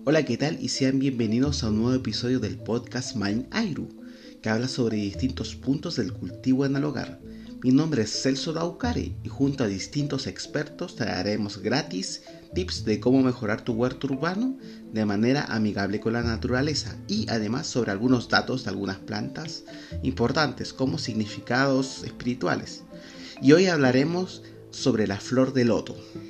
Hola, ¿qué tal? Y sean bienvenidos a un nuevo episodio del podcast Mind Airu, que habla sobre distintos puntos del cultivo en el hogar. Mi nombre es Celso Daucare y junto a distintos expertos te daremos gratis tips de cómo mejorar tu huerto urbano de manera amigable con la naturaleza y además sobre algunos datos de algunas plantas importantes como significados espirituales. Y hoy hablaremos sobre la flor de loto.